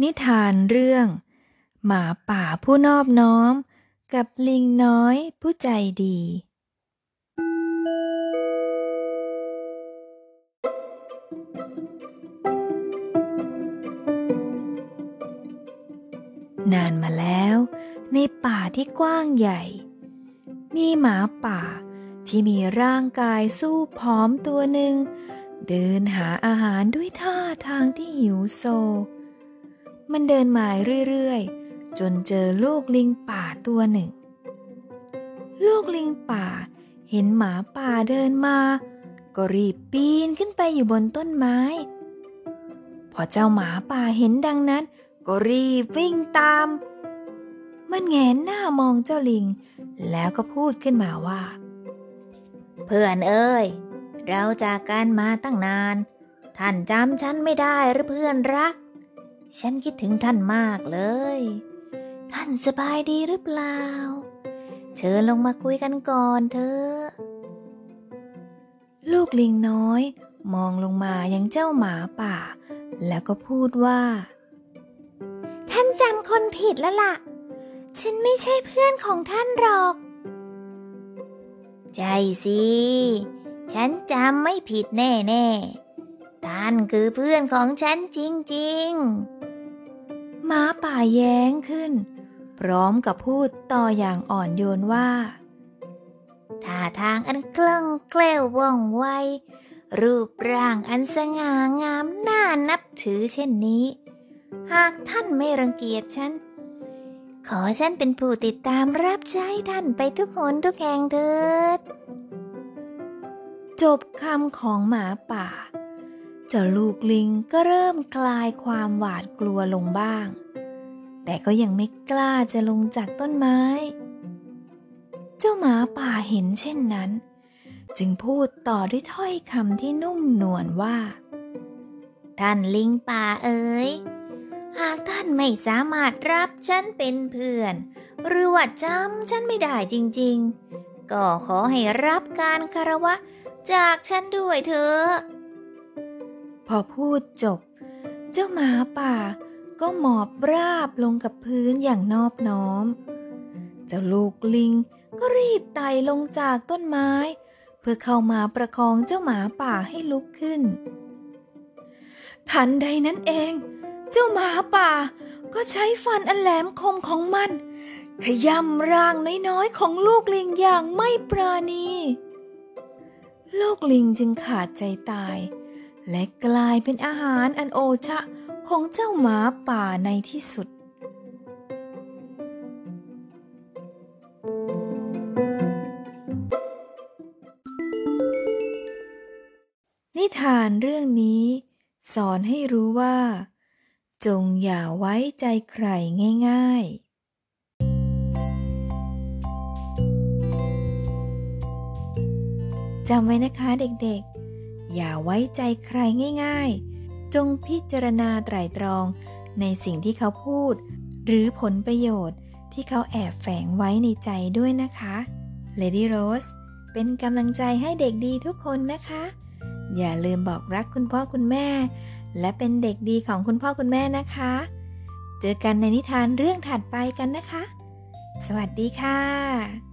นิทานเรื่องหมาป่าผู้นอบน้อมกับลิงน้อยผู้ใจดีนานมาแล้วในป่าที่กว้างใหญ่มีหมาป่าที่มีร่างกายสู้ผอมตัวหนึ่งเดินหาอาหารด้วยท่าทางที่หิวโซมันเดินมาเรื่อยๆจนเจอลูกลิงป่าตัวหนึ่งลูกลิงป่าเห็นหมาป่าเดินมาก็รีบปีนขึ้นไปอยู่บนต้นไม้พอเจ้าหมาป่าเห็นดังนั้นก็รีบวิ่งตามมันแงนหน้ามองเจ้าลิงแล้วก็พูดขึ้นมาว่าเพื่อนเอ้ยเราจากกันมาตั้งนานท่านจำฉันไม่ได้หรือเพื่อนรักฉันคิดถึงท่านมากเลยท่านสบายดีหรือเปล่าเชิญลงมาคุยกันก่อนเถอะลูกลิงน้อยมองลงมายังเจ้าหมาป่าแล้วก็พูดว่าท่านจำคนผิดแล้วล่ะฉันไม่ใช่เพื่อนของท่านหรอกใช่สิฉันจำไม่ผิดแน่ๆท่านคือเพื่อนของฉันจริงๆหมาป่าแย้งขึ้นพร้อมกับพูดต่ออย่างอ่อนโยนว่าท่าทางอันคล่องแคล่วว่องไวรูปร่างอันสง่างามน่านับถือเช่นนี้หากท่านไม่รังเกียจฉันขอฉันเป็นผู้ติดตามรับใช้ท่านไปทุกหนทุกแห่งเถิดจบคำของหมาป่าเจ้าลูกลิงก็เริ่มคลายความหวาดกลัวลงบ้างแต่ก็ยังไม่กล้าจะลงจากต้นไม้เจ้าหมาป่าเห็นเช่นนั้นจึงพูดต่อด้วยถ้อยคำที่นุ่มนวลว่าท่านลิงป่าเอ๋ยหากท่านไม่สามารถรับฉันเป็นเพื่อนหรือว่าจำฉันไม่ได้จริงๆก็ขอให้รับการคารวะจากฉันด้วยเถอะพอพูดจบเจ้าหมาป่าก็หมอบราบลงกับพื้นอย่างนอบน้อมเจ้าลูกลิงก็รีบไต่ลงจากต้นไม้เพื่อเข้ามาประคองเจ้าหมาป่าให้ลุกขึ้นทันใดนั้นเองเจ้าหมาป่าก็ใช้ฟันอันแหลมคมของมันขย้ำร่างน้อยๆของลูกลิงอย่างไม่ปราณีลูกลิงจึงขาดใจตายและกลายเป็นอาหารอันโอชะของเจ้าหมาป่าในที่สุดนิทานเรื่องนี้สอนให้รู้ว่าจงอย่าไว้ใจใครง่ายๆจำไว้นะคะเด็กๆอย่าไว้ใจใครง่ายๆจงพิจารณาไตร่ตรองในสิ่งที่เขาพูดหรือผลประโยชน์ที่เขาแอบแฝงไว้ในใจด้วยนะคะ Lady Rose เป็นกำลังใจให้เด็กดีทุกคนนะคะอย่าลืมบอกรักคุณพ่อคุณแม่และเป็นเด็กดีของคุณพ่อคุณแม่นะคะเจอกันในนิทานเรื่องถัดไปกันนะคะสวัสดีค่ะ